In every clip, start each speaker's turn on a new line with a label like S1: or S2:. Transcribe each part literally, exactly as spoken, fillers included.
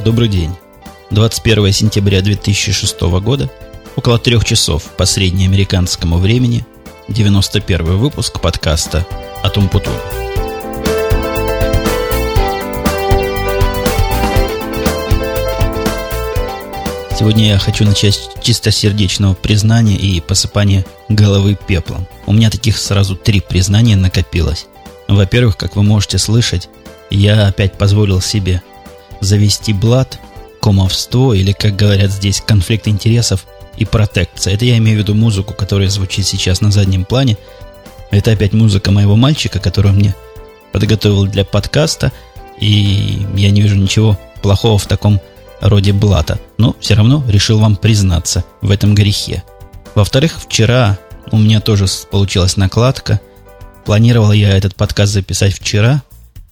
S1: Добрый день. двадцать первое сентября две тысячи шестого года, около трех часов по среднеамериканскому времени, девяносто первый выпуск подкаста от Умпутун. Сегодня я хочу начать с чистосердечного признания и посыпания головы пеплом. У меня таких сразу три признания накопилось. Во-первых, как вы можете слышать, я опять позволил себе завести блат, кумовство или, как говорят здесь, конфликт интересов и протекция. Это я имею в виду музыку, которая звучит сейчас на заднем плане. Это опять музыка моего мальчика, которую мне подготовил для подкаста. И я не вижу ничего плохого в таком роде блата. Но все равно решил вам признаться в этом грехе. Во-вторых, вчера у меня тоже получилась накладка. Планировал я этот подкаст записать вчера,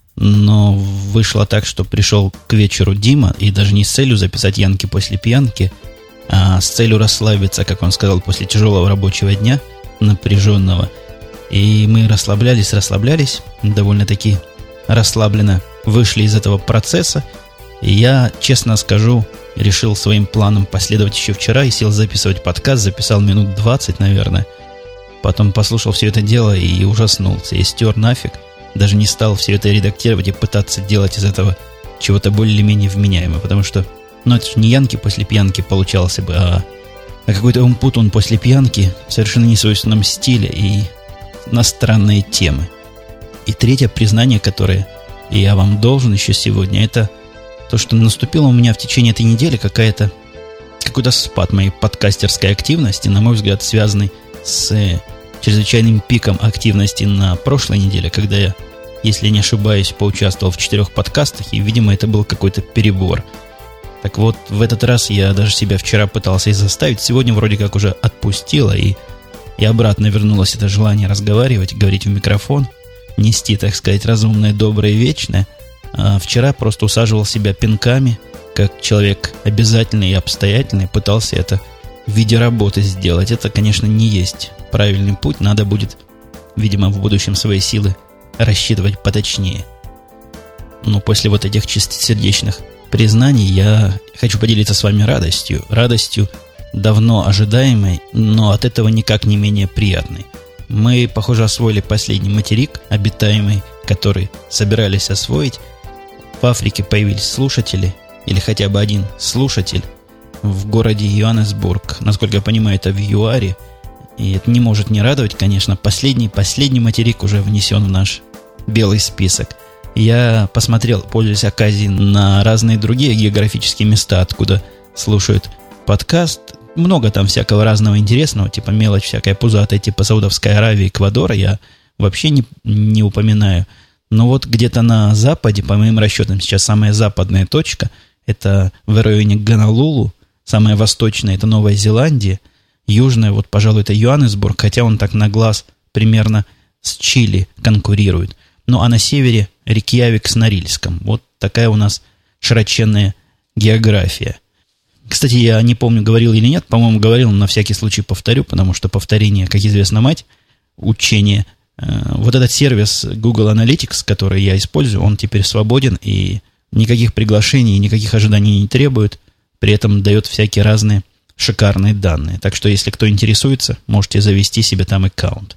S1: но вышло так, что пришел к вечеру Дима, и даже не с целью записать янки после пьянки, а с целью расслабиться, как он сказал, после тяжелого рабочего дня, напряженного. И мы расслаблялись, расслаблялись, довольно-таки расслабленно вышли из этого процесса. И я, честно скажу, решил своим планом последовать еще вчера и сел записывать подкаст, записал минут двадцать, наверное. Потом послушал все это дело и ужаснулся, и стер нафиг. Даже не стал все это редактировать и пытаться делать из этого чего-то более-менее вменяемого, потому что, ну, это же не янки после пьянки получался бы, а, а какой-то умпутун после пьянки в совершенно несвойственном стиле и на странные темы. И третье признание, которое я вам должен еще сегодня, это то, что наступила у меня в течение этой недели какая-то, какой-то спад моей подкастерской активности, на мой взгляд, связанный с чрезвычайным пиком активности на прошлой неделе, когда я, если не ошибаюсь, поучаствовал в четырех подкастах, и, видимо, это был какой-то перебор. Так вот, в этот раз я даже себя вчера пытался и заставить, сегодня вроде как уже отпустило, и, и обратно вернулось это желание разговаривать, говорить в микрофон, нести, так сказать, разумное, доброе и вечное. А вчера просто усаживал себя пинками, как человек обязательный и обстоятельный, пытался это в виде работы сделать. Это, конечно, не есть правильный путь. Надо будет, видимо, в будущем свои силы рассчитывать поточнее. Но после вот этих чистосердечных признаний я хочу поделиться с вами радостью. Радостью давно ожидаемой, но от этого никак не менее приятной. Мы, похоже, освоили последний материк, обитаемый, который собирались освоить. В Африке появились слушатели, или хотя бы один слушатель, в городе Йоганнесбург. Насколько я понимаю, это в ЮАРе. И это не может не радовать, конечно. Последний, последний материк уже внесен в наш белый список. Я посмотрел, пользуясь оказией, на разные другие географические места, откуда слушают подкаст. Много там всякого разного интересного, типа мелочь всякая пузатая, типа Саудовской Аравии, Эквадора, я вообще не, не упоминаю. Но вот где-то на западе, по моим расчетам, сейчас самая западная точка, это в районе Гонолулу. Самая восточная – это Новая Зеландия. Южная, вот, пожалуй, это Йоганнесбург, хотя он так на глаз примерно с Чили конкурирует. Ну, а на севере Рейкьявик с Норильском. Вот такая у нас широченная география. Кстати, я не помню, говорил или нет. По-моему, говорил, но на всякий случай повторю, потому что повторение, как известно, мать учения. Вот этот сервис Google Analytics, который я использую, он теперь свободен и никаких приглашений, никаких ожиданий не требует. При этом дает всякие разные шикарные данные. Так что, если кто интересуется, можете завести себе там аккаунт.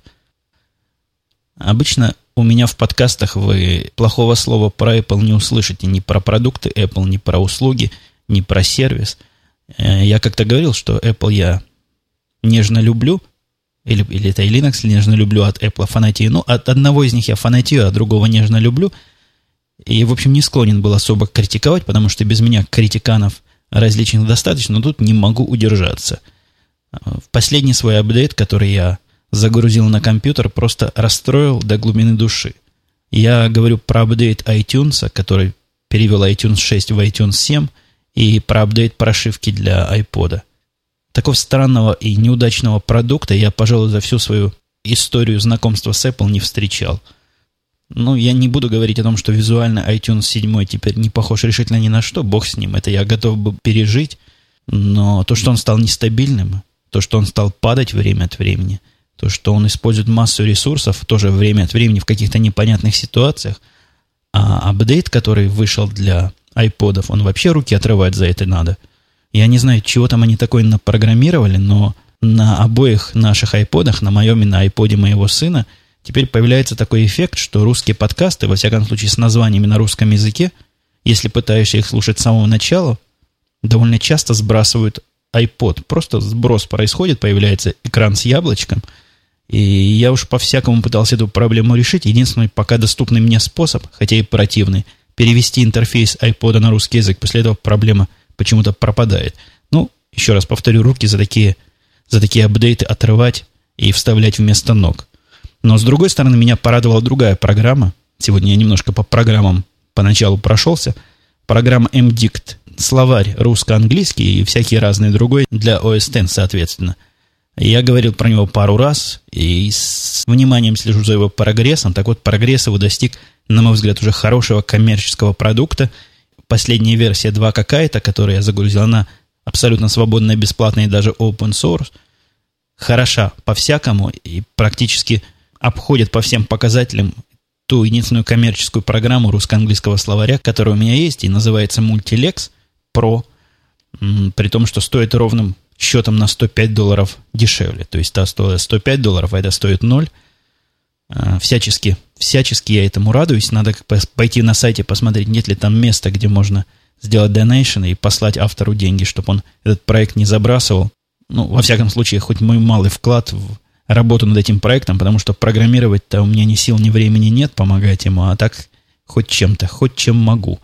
S1: Обычно у меня в подкастах вы плохого слова про Apple не услышите. Ни про продукты Apple, ни про услуги, ни про сервис. Я как-то говорил, что Apple я нежно люблю. Или, или это и Linux нежно люблю, от Apple фанатею. Ну, от одного из них я фанатею, а другого нежно люблю. И, в общем, не склонен был особо критиковать, потому что без меня критиканов различных достаточно, но тут не могу удержаться. В последний свой апдейт, который я загрузил на компьютер, просто расстроил до глубины души. Я говорю про апдейт iTunes, который перевел iTunes шесть в iTunes семь, и про апдейт прошивки для iPod. Такого странного и неудачного продукта я, пожалуй, за всю свою историю знакомства с Apple не встречал. Ну, я не буду говорить о том, что визуально iTunes семь теперь не похож решительно ни на что. Бог с ним, это я готов бы пережить. Но то, что он стал нестабильным, то, что он стал падать время от времени, то, что он использует массу ресурсов, тоже время от времени в каких-то непонятных ситуациях, а апдейт, который вышел для айподов. Он вообще руки отрывать за это надо. Я не знаю, чего там они такое напрограммировали, но на обоих наших айподах, на моем и на айподе моего сына, теперь появляется такой эффект, что русские подкасты, во всяком случае с названиями на русском языке, если пытаешься их слушать с самого начала, довольно часто сбрасывают iPod. Просто сброс происходит, появляется экран с яблочком. И я уж по-всякому пытался эту проблему решить. Единственный пока доступный мне способ, хотя и противный, перевести интерфейс iPod на русский язык. После этого проблема почему-то пропадает. Ну, еще раз повторю, руки за такие, за такие апдейты отрывать и вставлять вместо ног. Но, с другой стороны, меня порадовала другая программа. Сегодня я немножко по программам поначалу прошелся. Программа эм дикт. Словарь русско-английский и всякие разные другой для о эс икс, соответственно. Я говорил про него пару раз и с вниманием слежу за его прогрессом. Так вот, прогресс его достиг, на мой взгляд, уже хорошего коммерческого продукта. Последняя версия два какая-то, которую я загрузил, она абсолютно свободная, бесплатная и даже open source. Хороша по-всякому и практически обходит по всем показателям ту единственную коммерческую программу русско-английского словаря, которая у меня есть и называется Multilex Pro, при том, что стоит ровным счетом на сто пять долларов дешевле. То есть та стоит сто пять долларов, а это стоит ноль. Всячески, всячески я этому радуюсь. Надо пойти на сайте посмотреть, нет ли там места, где можно сделать донейшн и послать автору деньги, чтобы он этот проект не забрасывал. Ну, во всяком случае, хоть мой малый вклад в работу над этим проектом, потому что программировать-то у меня ни сил, ни времени нет помогать ему, а так хоть чем-то, хоть чем могу.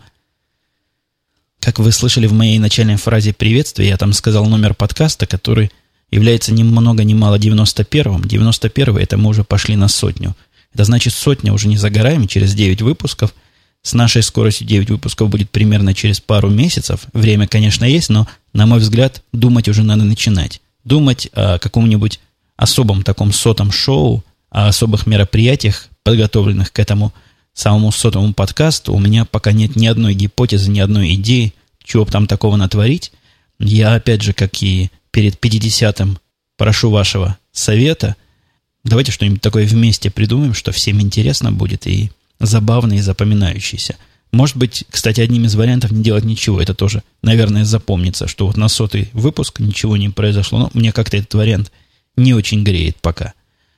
S1: Как вы слышали в моей начальной фразе приветствия, я там сказал номер подкаста, который является ни много ни мало девяносто первым. девяносто первый, это мы уже пошли на сотню. Это значит, сотня уже не за горами, через девять выпусков. С нашей скоростью девять выпусков будет примерно через пару месяцев. Время, конечно, есть, но, на мой взгляд, думать уже надо начинать. Думать о каком-нибудь особом таком сотом шоу, о особых мероприятиях, подготовленных к этому самому сотому подкасту. У меня пока нет ни одной гипотезы, ни одной идеи, чего бы там такого натворить. Я, опять же, как и перед пятидесятым, прошу вашего совета. Давайте что-нибудь такое вместе придумаем, что всем интересно будет и забавно, и запоминающееся. Может быть, кстати, одним из вариантов не делать ничего. Это тоже, наверное, запомнится, что вот на сотый выпуск ничего не произошло. Но мне как-то этот вариант не очень греет пока.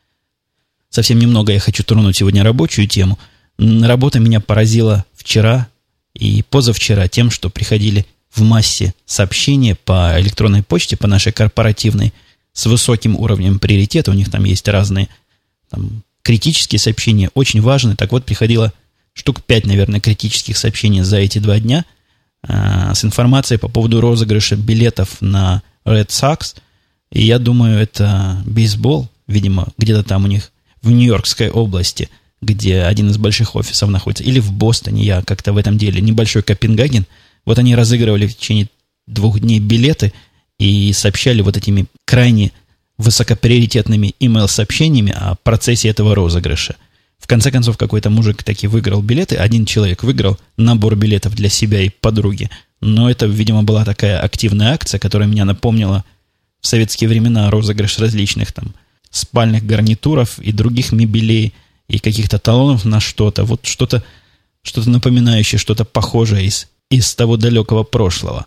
S1: Совсем немного я хочу тронуть сегодня рабочую тему. Работа меня поразила вчера и позавчера тем, что приходили в массе сообщения по электронной почте, по нашей корпоративной, с высоким уровнем приоритета. У них там есть разные там, критические сообщения, очень важные. Так вот, приходило штук пять, наверное, критических сообщений за эти два дня э, с информацией по поводу розыгрыша билетов на Red Sox. И я думаю, это бейсбол, видимо, где-то там у них в Нью-Йоркской области, где один из больших офисов находится, или в Бостоне, я как-то в этом деле, небольшой Копенгаген. Вот они разыгрывали в течение двух дней билеты и сообщали вот этими крайне высокоприоритетными email-сообщениями о процессе этого розыгрыша. В конце концов, какой-то мужик таки выиграл билеты, один человек выиграл набор билетов для себя и подруги. Но это, видимо, была такая активная акция, которая меня напомнила в советские времена розыгрыш различных там спальных гарнитуров и других мебелей, и каких-то талонов на что-то. Вот что-то, что-то напоминающее, что-то похожее из, из того далекого прошлого.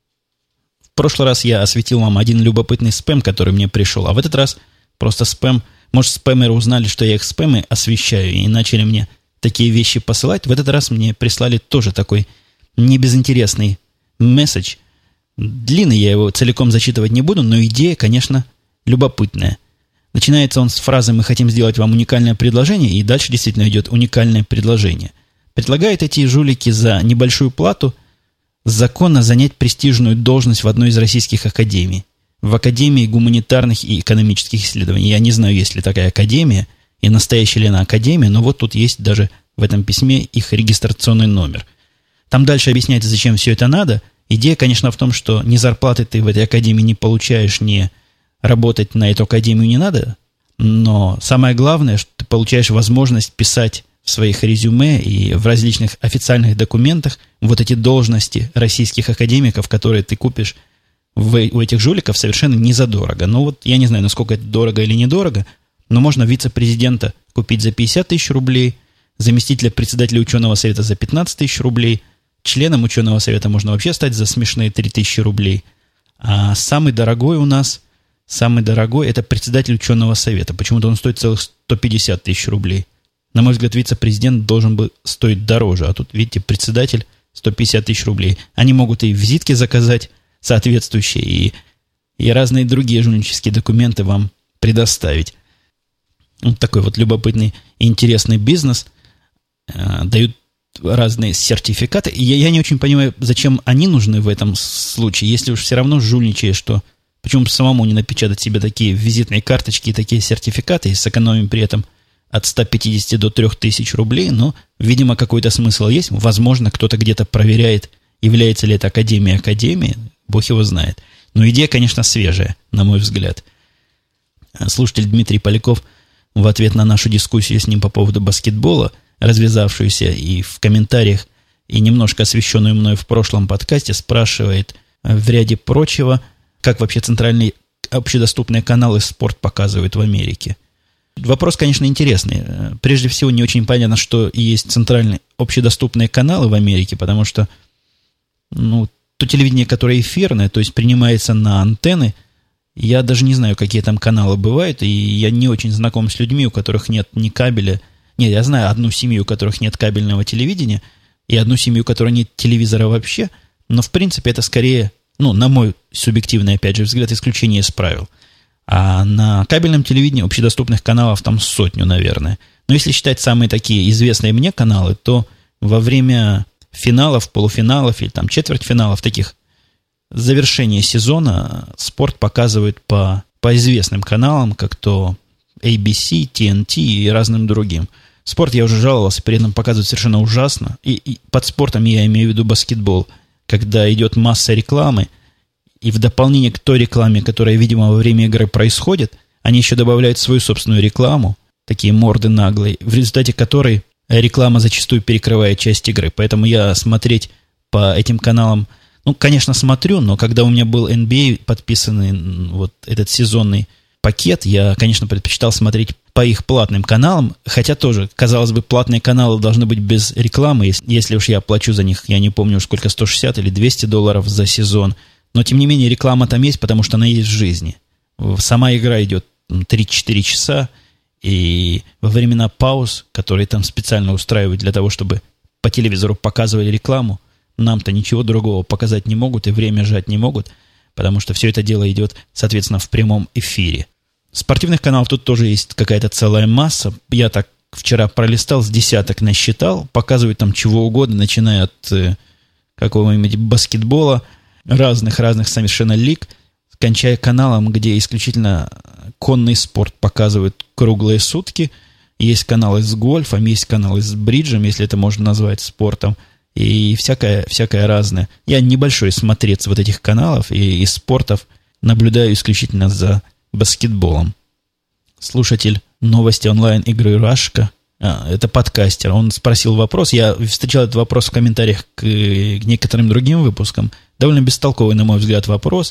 S1: В прошлый раз я осветил вам один любопытный спэм, который мне пришел, а в этот раз просто спэм. Может, спэмеры узнали, что я их спэмы освещаю, и начали мне такие вещи посылать. В этот раз мне прислали тоже такой небезынтересный месседж. Длинный, я его целиком зачитывать не буду, но идея, конечно, любопытная. Начинается он с фразы «Мы хотим сделать вам уникальное предложение», и дальше действительно идет уникальное предложение. Предлагают эти жулики за небольшую плату законно занять престижную должность в одной из российских академий. В Академии гуманитарных и экономических исследований. Я не знаю, есть ли такая академия, и настоящая ли она академия, но вот тут есть даже в этом письме их регистрационный номер. Там дальше объясняется, зачем все это надо. Идея, конечно, в том, что ни зарплаты ты в этой академии не получаешь, ни работать на эту академию не надо, но самое главное, что ты получаешь возможность писать в своих резюме и в различных официальных документах вот эти должности российских академиков, которые ты купишь в, у этих жуликов совершенно не задорого. Ну вот я не знаю, насколько это дорого или недорого, но можно вице-президента купить за пятьдесят тысяч рублей, заместителя председателя ученого совета за пятнадцать тысяч рублей, членом ученого совета можно вообще стать за смешные три тысячи рублей. А самый дорогой у нас, самый дорогой – это председатель ученого совета. Почему-то он стоит целых сто пятьдесят тысяч рублей. На мой взгляд, вице-президент должен бы стоить дороже. А тут, видите, председатель сто пятьдесят тысяч рублей. Они могут и визитки заказать соответствующие, и, и разные другие журналистические документы вам предоставить. Вот такой вот любопытный и интересный бизнес. Дают разные сертификаты. И я, я не очень понимаю, зачем они нужны в этом случае, если уж все равно жульничаешь, что почему бы самому не напечатать себе такие визитные карточки и такие сертификаты, и сэкономим при этом от ста пятидесяти до трёх тысяч рублей, но, видимо, какой-то смысл есть. Возможно, кто-то где-то проверяет, является ли это академия академией, бог его знает. Но идея, конечно, свежая, на мой взгляд. Слушатель Дмитрий Поляков в ответ на нашу дискуссию с ним по поводу баскетбола, развязавшуюся и в комментариях, и немножко освещенную мной в прошлом подкасте, спрашивает в ряде прочего, как вообще центральные общедоступные каналы спорт показывают в Америке. Вопрос, конечно, интересный. Прежде всего, не очень понятно, что есть центральные общедоступные каналы в Америке, потому что ну, то телевидение, которое эфирное, то есть принимается на антенны, я даже не знаю, какие там каналы бывают, и я не очень знаком с людьми, у которых нет ни кабеля. Нет, я знаю одну семью, у которых нет кабельного телевидения, и одну семью, у которой нет телевизора вообще, но, в принципе, это скорее, ну, на мой субъективный, опять же, взгляд, исключение из правил. А на кабельном телевидении общедоступных каналов там сотню, наверное. Но если считать самые такие известные мне каналы, то во время финалов, полуфиналов или там четвертьфиналов, таких завершения сезона, спорт показывают по, по известным каналам, как то эй би си, ти эн ти и разным другим. Спорт я уже жаловался, при этом показывают совершенно ужасно. И, и под спортом я имею в виду баскетбол, когда идет масса рекламы, и в дополнение к той рекламе, которая, видимо, во время игры происходит, они еще добавляют свою собственную рекламу, такие морды наглые, в результате которой реклама зачастую перекрывает часть игры. Поэтому я смотреть по этим каналам, ну, конечно, смотрю, но когда у меня был эн би эй подписанный вот этот сезонный пакет, я, конечно, предпочитал смотреть по их платным каналам, хотя тоже, казалось бы, платные каналы должны быть без рекламы, если уж я плачу за них, я не помню, сколько, сто шестьдесят или двести долларов за сезон. Но, тем не менее, реклама там есть, потому что она есть в жизни. Сама игра идет три-четыре часа, и во времена пауз, которые там специально устраивают для того, чтобы по телевизору показывали рекламу, нам-то ничего другого показать не могут и время сжать не могут, потому что все это дело идет, соответственно, в прямом эфире. Спортивных каналов тут тоже есть какая-то целая масса. Я так вчера пролистал, с десяток насчитал, показывают там чего угодно, начиная от э, какого-нибудь баскетбола, разных-разных совершенно лиг, кончая каналом, где исключительно конный спорт показывают круглые сутки. Есть каналы с гольфом, есть каналы с бриджем, если это можно назвать спортом, и всякое, всякое разное. Я небольшой смотрец вот этих каналов и, и спортов, наблюдаю исключительно за баскетболом. Слушатель новости онлайн-игры Рашка, а, это подкастер, он спросил вопрос, я встречал этот вопрос в комментариях к, к некоторым другим выпускам, довольно бестолковый, на мой взгляд, вопрос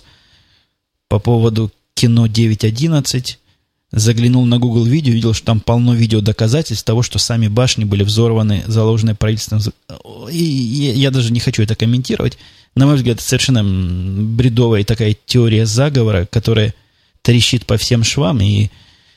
S1: по поводу кино девять одиннадцать. Заглянул на Google видео, увидел, что там полно видео доказательств того, что сами башни были взорваны, заложенные правительством. И я, я даже не хочу это комментировать. На мой взгляд, это совершенно бредовая такая теория заговора, которая трещит по всем швам, и,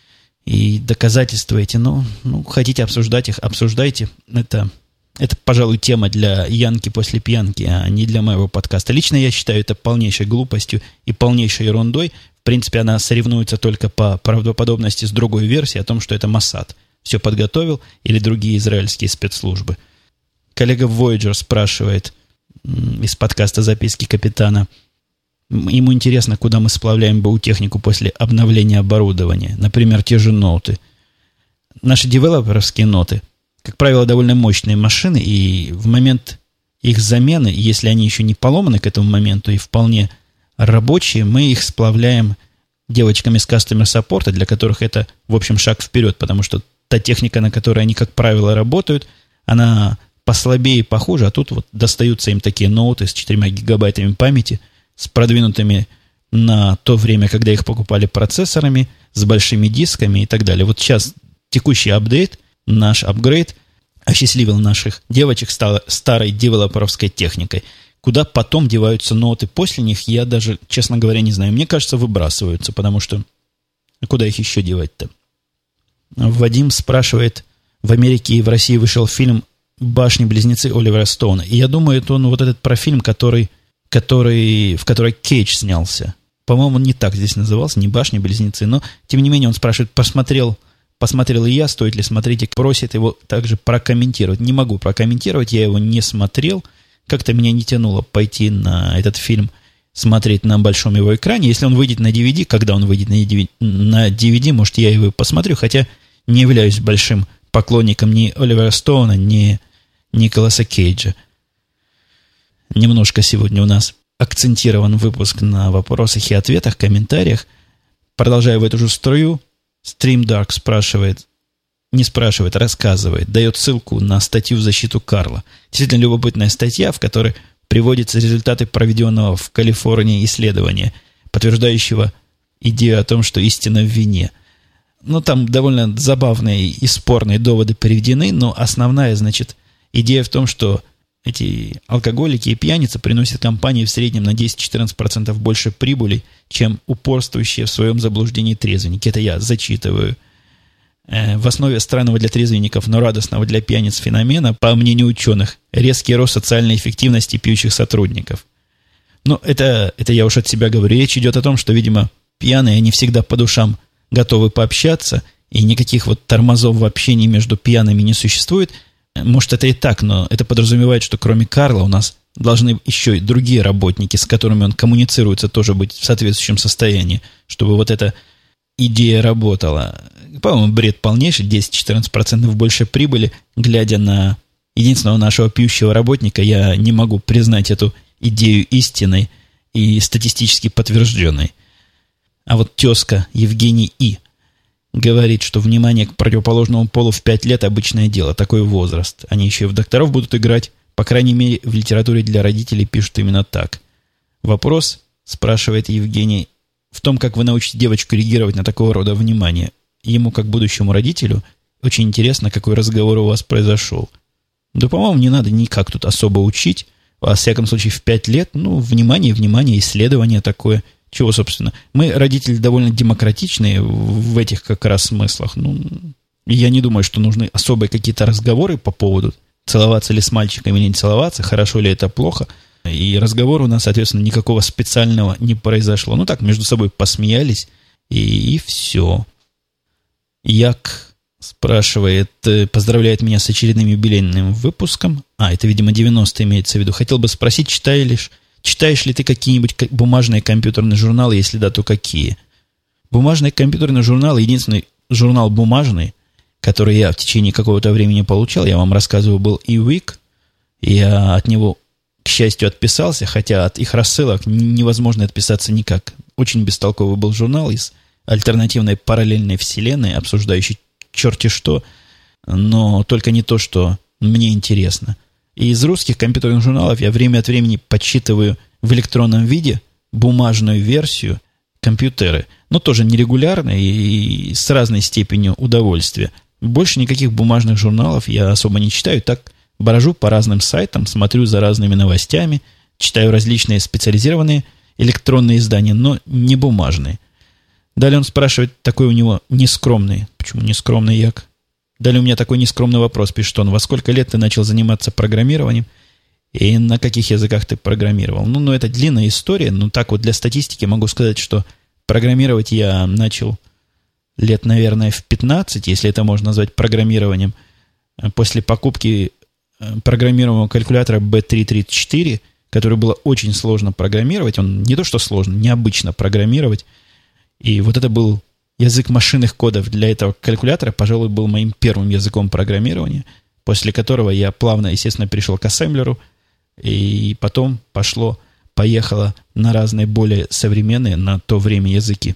S1: и доказательства эти, ну, ну, хотите обсуждать их, обсуждайте. Это, это, пожалуй, тема для Янки после пьянки, а не для моего подкаста. Лично я считаю это полнейшей глупостью и полнейшей ерундой. В принципе, она соревнуется только по правдоподобности с другой версией о том, что это Моссад все подготовил или другие израильские спецслужбы. Коллега Voyager спрашивает из подкаста «Записки капитана». Ему интересно, куда мы сплавляем БУ-технику после обновления оборудования. Например, те же ноуты. Наши девелоперские ноты, как правило, довольно мощные машины, и в момент их замены, если они еще не поломаны к этому моменту и вполне рабочие, мы их сплавляем девочками с customer support, для которых это, в общем, шаг вперед, потому что та техника, на которой они, как правило, работают, она послабее и похуже, а тут вот достаются им такие ноуты с четырьмя гигабайтами памяти, с продвинутыми на то время, когда их покупали процессорами, с большими дисками и так далее. Вот сейчас текущий апдейт, наш апгрейд, осчастливил наших девочек стало старой девелоперовской техникой. Куда потом деваются ноты после них, я даже, честно говоря, не знаю. Мне кажется, выбрасываются, потому что куда их еще девать-то? Вадим спрашивает, в Америке и в России вышел фильм «Башни-близнецы» Оливера Стоуна. И я думаю, это он вот этот про фильм, который, который, в который Кейдж снялся. По-моему, он не так здесь назывался, не «Башни-близнецы», но, тем не менее, он спрашивает, посмотрел, посмотрел ли я, стоит ли смотреть, и просит его также прокомментировать. Не могу прокомментировать, я его не смотрел. Как-то меня не тянуло пойти на этот фильм смотреть на большом его экране. Если он выйдет на ди ви ди, когда он выйдет на ди ви ди, на ди ви ди, может, я его посмотрю, хотя не являюсь большим поклонником ни Оливера Стоуна, ни Николаса Кейджа. Немножко сегодня у нас акцентирован выпуск на вопросах и ответах, комментариях. Продолжая в эту же струю, Stream Dark спрашивает, не спрашивает, а рассказывает, дает ссылку на статью в защиту Карла. Действительно любопытная статья, в которой приводятся результаты проведенного в Калифорнии исследования, подтверждающего идею о том, что истина в вине. Ну, там довольно забавные и спорные доводы приведены, но основная, значит, идея в том, что эти алкоголики и пьяницы приносят компании в среднем на десять-четырнадцать процентов больше прибыли, чем упорствующие в своем заблуждении трезвенники. Это я зачитываю. В основе странного для трезвенников, но радостного для пьяниц феномена, по мнению ученых, резкий рост социальной эффективности пьющих сотрудников. Но это, это я уж от себя говорю. Речь идет о том, что, видимо, пьяные не всегда по душам готовы пообщаться, и никаких вот тормозов в общении между пьяными не существует. Может, это и так, но это подразумевает, что кроме Карла у нас должны еще и другие работники, с которыми он коммуницируется, тоже быть в соответствующем состоянии, чтобы вот эта идея работала. По-моему, бред полнейший, десять-четырнадцать процентов больше прибыли. Глядя на единственного нашего пьющего работника, я не могу признать эту идею истинной и статистически подтвержденной. А вот тезка Евгений И. говорит, что внимание к противоположному полу в пять лет обычное дело, такой возраст. Они еще и в докторов будут играть, по крайней мере, в литературе для родителей пишут именно так. Вопрос, спрашивает Евгений, в том, как вы научите девочку реагировать на такого рода внимание. Ему, как будущему родителю, очень интересно, какой разговор у вас произошел. Да, по-моему, не надо никак тут особо учить. Во всяком случае, в пять лет, ну, внимание, внимание, исследование такое. Чего, собственно? Мы, родители, довольно демократичные в этих как раз смыслах. Ну, я не думаю, что нужны особые какие-то разговоры по поводу, целоваться ли с мальчиком или не целоваться, хорошо ли это, плохо. И разговора у нас, соответственно, никакого специального не произошло. Ну так, между собой посмеялись, и, и все. Як спрашивает, поздравляет меня с очередным юбилейным выпуском. А, это, видимо, девяностые имеется в виду. Хотел бы спросить, читаешь, читаешь ли ты какие-нибудь бумажные компьютерные журналы, если да, то какие? Бумажные компьютерные журналы, единственный журнал бумажный, который я в течение какого-то времени получал, я вам рассказывал, был eWeek. Я от него, к счастью, отписался, хотя от их рассылок невозможно отписаться никак. Очень бестолковый был журнал из альтернативной параллельной вселенной, обсуждающий черти что, но только не то, что мне интересно. И из русских компьютерных журналов я время от времени подсчитываю в электронном виде бумажную версию компьютеры, но тоже нерегулярно и с разной степенью удовольствия. Больше никаких бумажных журналов я особо не читаю, так брожу по разным сайтам, смотрю за разными новостями, читаю различные специализированные электронные издания, но не бумажные. Далее он спрашивает, такой у него нескромный. Почему нескромный, Як? Далее у меня такой нескромный вопрос, пишет он. Во сколько лет ты начал заниматься программированием? И на каких языках ты программировал? Ну, ну, это длинная история, но так вот для статистики могу сказать, что программировать я начал лет, наверное, в пятнадцать, если это можно назвать программированием, после покупки программируемого калькулятора би три тридцать четыре, который было очень сложно программировать. Он не то что сложно, необычно программировать. И вот это был язык машинных кодов для этого калькулятора, пожалуй, был моим первым языком программирования, после которого я плавно, естественно, перешел к ассемблеру, и потом пошло, поехало на разные более современные на то время языки.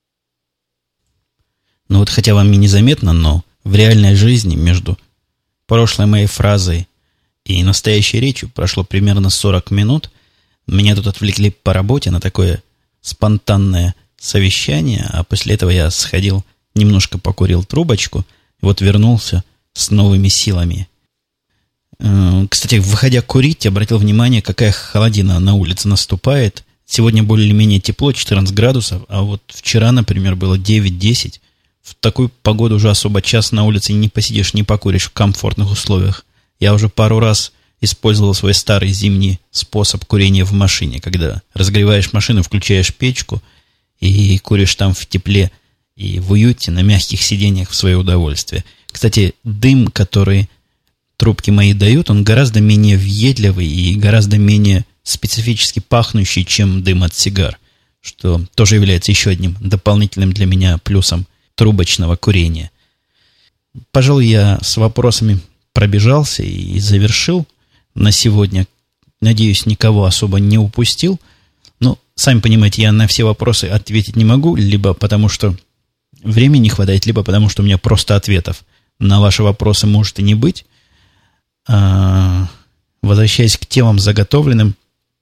S1: Ну вот, хотя вам и незаметно, но в реальной жизни между прошлой моей фразой и настоящей речью прошло примерно сорок минут. Меня тут отвлекли по работе на такое спонтанное совещание, а после этого я сходил, немножко покурил трубочку, и вот вернулся с новыми силами. Кстати, выходя курить, обратил внимание, какая холодина на улице наступает. Сегодня более-менее тепло, четырнадцать градусов, а вот вчера, например, было девять-десять. В такую погоду уже особо час на улице не посидишь, не покуришь в комфортных условиях. Я уже пару раз использовал свой старый зимний способ курения в машине, когда разогреваешь машину, включаешь печку и куришь там в тепле и в уюте на мягких сиденьях в свое удовольствие. Кстати, дым, который трубки мои дают, он гораздо менее въедливый и гораздо менее специфически пахнущий, чем дым от сигар, что тоже является еще одним дополнительным для меня плюсом трубочного курения. Пожалуй, я с вопросами пробежался и завершил на сегодня. Надеюсь, никого особо не упустил. Но, сами понимаете, я на все вопросы ответить не могу, либо потому что времени не хватает, либо потому что у меня просто ответов на ваши вопросы может и не быть. А, возвращаясь к темам заготовленным,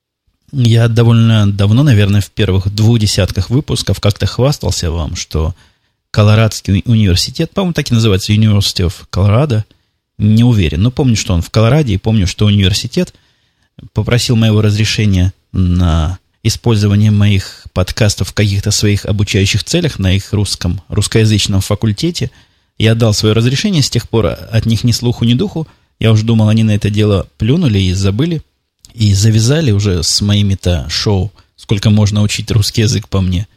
S1: я довольно давно, наверное, в первых двух десятках выпусков как-то хвастался вам, что Колорадский университет, по-моему, так и называется, University of Colorado, не уверен, но помню, что он в Колораде, и помню, что университет попросил моего разрешения на использование моих подкастов в каких-то своих обучающих целях на их русском, русскоязычном факультете. Я дал свое разрешение, с тех пор от них ни слуху, ни духу. Я уже думал, они на это дело плюнули и забыли, и завязали уже с моими-то шоу, сколько можно учить русский язык по мне.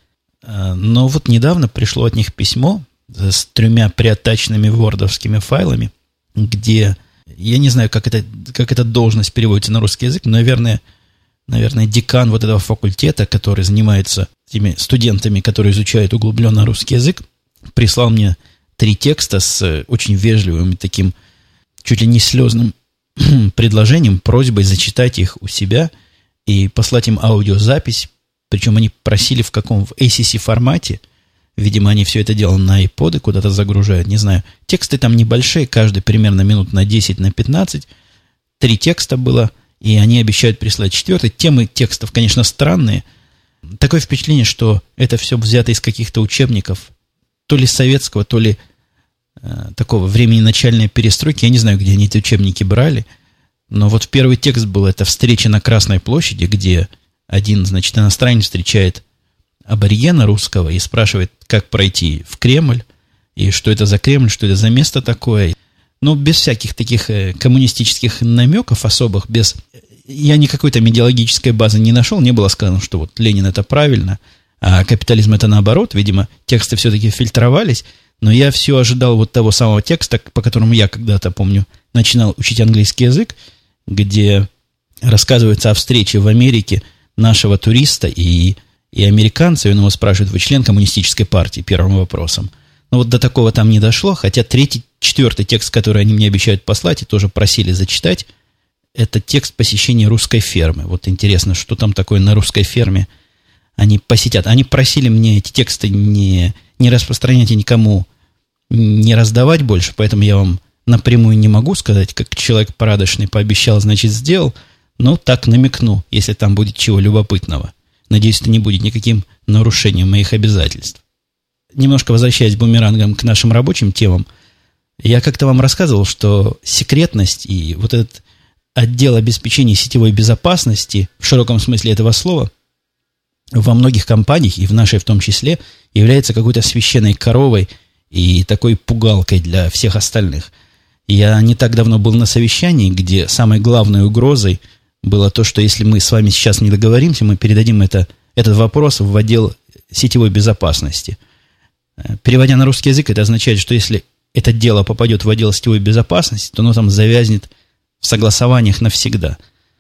S1: Но вот недавно пришло от них письмо с тремя преаттаченными вордовскими файлами, где, я не знаю, как, это, как эта должность переводится на русский язык, но, наверное, наверное, декан вот этого факультета, который занимается теми студентами, которые изучают углубленно русский язык, прислал мне три текста с очень вежливым таким, чуть ли не слезным предложением, просьбой зачитать их у себя и послать им аудиозапись. Причем они просили в каком, в эй си си формате. Видимо, они все это дело на айподы куда-то загружают, не знаю. Тексты там небольшие, каждый примерно минут на десять, на пятнадцать. Три текста было, и они обещают прислать четвертый. Темы текстов, конечно, странные. Такое впечатление, что это все взято из каких-то учебников, то ли советского, то ли э, такого времени начальной перестройки. Я не знаю, где они эти учебники брали. Но вот первый текст был, это встреча на Красной площади, где один, значит, иностранец встречает аборигена русского и спрашивает, как пройти в Кремль, и что это за Кремль, что это за место такое. Ну, без всяких таких э, коммунистических намеков особых, без... Я никакой там идеологической базы не нашел, не было сказано, что вот Ленин это правильно, а капитализм это наоборот. Видимо, тексты все-таки фильтровались, но я все ожидал вот того самого текста, по которому я когда-то, помню, начинал учить английский язык, где рассказывается о встрече в Америке нашего туриста и, и американца, и он его спрашивает, вы член коммунистической партии, первым вопросом. Но вот до такого там не дошло, хотя третий, четвертый текст, который они мне обещают послать и тоже просили зачитать, это текст посещения русской фермы. Вот интересно, что там такое на русской ферме они посетят. Они просили мне эти тексты не, не распространять и никому не раздавать больше, поэтому я вам напрямую не могу сказать, как человек порядочный пообещал, значит, сделал. Но так намекну, если там будет чего любопытного. Надеюсь, это не будет никаким нарушением моих обязательств. Немножко возвращаясь бумерангом к нашим рабочим темам, я как-то вам рассказывал, что секретность и вот этот отдел обеспечения сетевой безопасности, в широком смысле этого слова, во многих компаниях, и в нашей в том числе, является какой-то священной коровой и такой пугалкой для всех остальных. Я не так давно был на совещании, где самой главной угрозой было то, что если мы с вами сейчас не договоримся, мы передадим это, этот вопрос в отдел сетевой безопасности. Переводя на русский язык, это означает, что если это дело попадет в отдел сетевой безопасности, то оно там завязнет в согласованиях навсегда.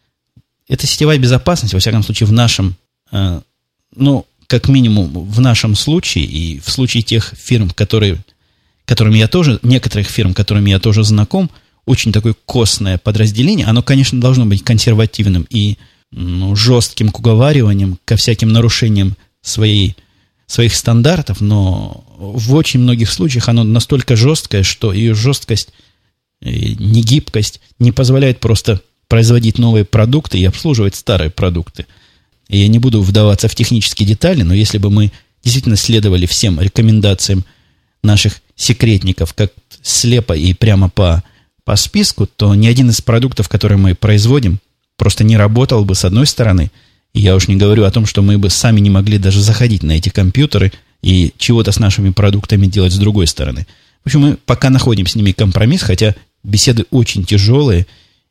S1: Это сетевая безопасность, во всяком случае, в нашем, э, ну, как минимум, в нашем случае и в случае тех фирм, которые, которыми я тоже, некоторых фирм, которыми я тоже знаком, очень такое костное подразделение. Оно, конечно, должно быть консервативным и ну, жестким к уговариваниям, ко всяким нарушениям своей, своих стандартов, но в очень многих случаях оно настолько жесткое, что ее жесткость, негибкость не позволяет просто производить новые продукты и обслуживать старые продукты. И я не буду вдаваться в технические детали, но если бы мы действительно следовали всем рекомендациям наших секретников, как слепо и прямо по по списку, то ни один из продуктов, которые мы производим, просто не работал бы с одной стороны. И я уж не говорю о том, что мы бы сами не могли даже заходить на эти компьютеры и чего-то с нашими продуктами делать с другой стороны. В общем, мы пока находим с ними компромисс, хотя беседы очень тяжелые,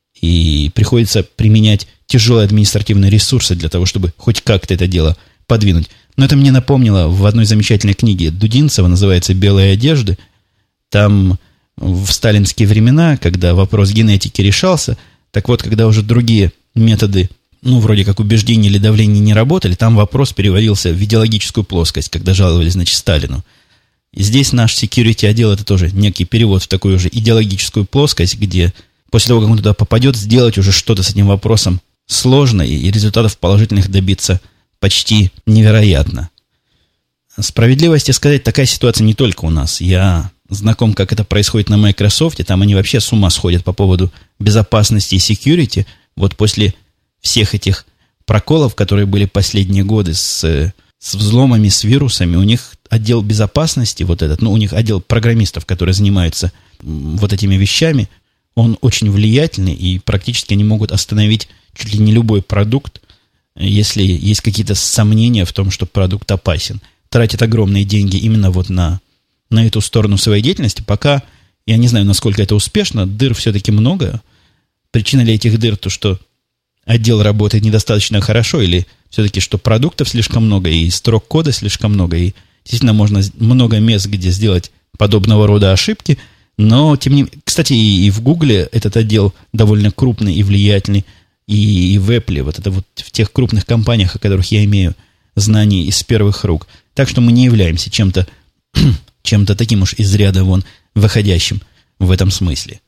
S1: и приходится применять тяжелые административные ресурсы для того, чтобы хоть как-то это дело подвинуть. Но это мне напомнило в одной замечательной книге Дудинцева, называется «Белые одежды». Там в сталинские времена, когда вопрос генетики решался, так вот, когда уже другие методы, ну, вроде как убеждения или давления не работали, там вопрос переводился в идеологическую плоскость, когда жаловались, значит, Сталину. И здесь наш security отдел — это тоже некий перевод в такую же идеологическую плоскость, где после того, как он туда попадет, сделать уже что-то с этим вопросом сложно, и результатов положительных добиться почти невероятно. Справедливости сказать, такая ситуация не только у нас. Я знаком, как это происходит на Microsoft, и там они вообще с ума сходят по поводу безопасности и security. Вот после всех этих проколов, которые были последние годы с, с взломами, с вирусами, у них отдел безопасности, вот этот, ну, у них отдел программистов, которые занимаются вот этими вещами, он очень влиятельный, и практически они могут остановить чуть ли не любой продукт, если есть какие-то сомнения в том, что продукт опасен. Тратят огромные деньги именно вот на, на эту сторону своей деятельности. Пока, я не знаю, насколько это успешно, дыр все-таки много. Причина ли этих дыр то, что отдел работает недостаточно хорошо, или все-таки, что продуктов слишком много, и строк кода слишком много, и действительно можно много мест, где сделать подобного рода ошибки. Но, тем не менее, кстати, и, и в Гугле этот отдел довольно крупный и влиятельный, и, и в Apple, вот это вот в тех крупных компаниях, о которых я имею знания из первых рук. Так что мы не являемся чем-то, чем-то таким уж из ряда вон выходящим в этом смысле.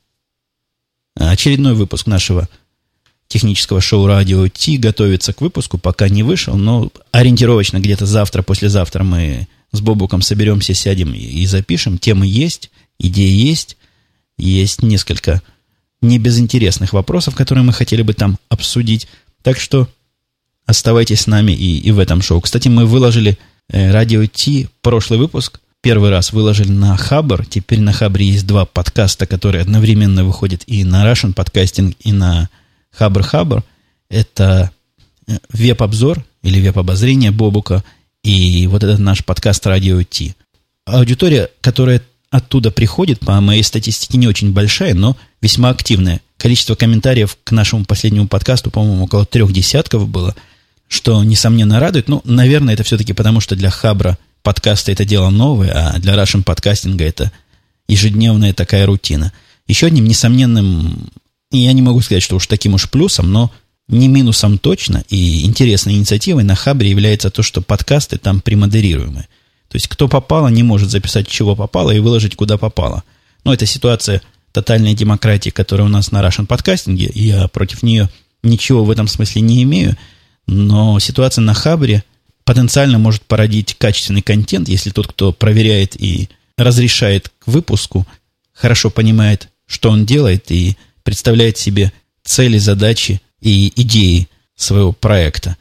S1: Очередной выпуск нашего технического шоу «Радио Ти» готовится к выпуску, пока не вышел, но ориентировочно где-то завтра, послезавтра мы с Бобуком соберемся, сядем и запишем. Темы есть, идеи есть, есть несколько небезынтересных вопросов, которые мы хотели бы там обсудить. Так что оставайтесь с нами и, и в этом шоу. Кстати, мы выложили э, «Радио Ти», прошлый выпуск, первый раз выложили на Хабр. Теперь на Хабре есть два подкаста, которые одновременно выходят и на Russian Podcasting, и на Хабр-Хабр. Это веб-обзор или веб-обозрение Бобука и вот этот наш подкаст «Радио Ти». Аудитория, которая оттуда приходит, по моей статистике, не очень большая, но весьма активная. Количество комментариев к нашему последнему подкасту, по-моему, около трех десятков было, что, несомненно, радует. Ну, наверное, это все-таки потому, что для Хабра подкаста это дело новое, а для Russian подкастинга это ежедневная такая рутина. Еще одним несомненным, я не могу сказать, что уж таким уж плюсом, но не минусом точно, и интересной инициативой на Хабре является то, что подкасты там премодерируемы. То есть, кто попало, не может записать, чего попало, и выложить, куда попало. Но это ситуация тотальной демократии, которая у нас на Russian подкастинге, и я против нее ничего в этом смысле не имею, но ситуация на Хабре потенциально может породить качественный контент, если тот, кто проверяет и разрешает к выпуску, хорошо понимает, что он делает, и представляет себе цели, задачи и идеи своего проекта.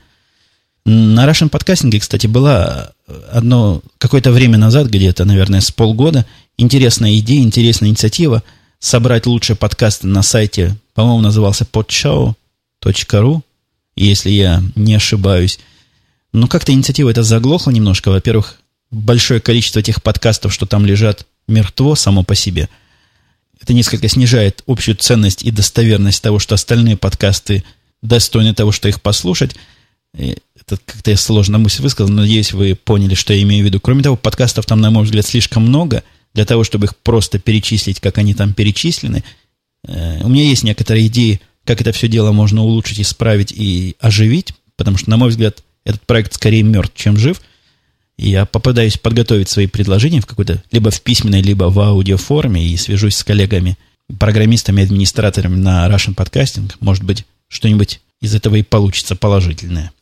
S1: На Russian подкастинге, кстати, была одно какое-то время назад, где-то, наверное, с полгода, интересная идея, интересная инициатива собрать лучшие подкасты на сайте, по-моему, назывался podshow точка ру, если я не ошибаюсь. Но как-то инициатива эта заглохла немножко. Во-первых, большое количество тех подкастов, что там лежат, мертво само по себе. Это несколько снижает общую ценность и достоверность того, что остальные подкасты достойны того, что их послушать. Это как-то я сложно мысль высказал, но надеюсь, вы поняли, что я имею в виду. Кроме того, подкастов там, на мой взгляд, слишком много для того, чтобы их просто перечислить, как они там перечислены. У меня есть некоторые идеи, как это все дело можно улучшить, исправить и оживить, потому что, на мой взгляд, этот проект скорее мертв, чем жив. И я попытаюсь подготовить свои предложения в какой-то либо в письменной, либо в аудиоформе и свяжусь с коллегами, программистами, администраторами на Russian Podcasting. Может быть, что-нибудь из этого и получится положительное.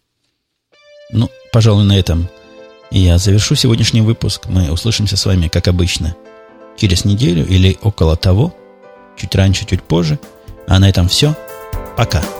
S1: Ну, пожалуй, на этом я завершу сегодняшний выпуск. Мы услышимся с вами, как обычно, через неделю или около того, чуть раньше, чуть позже. А на этом все. Пока.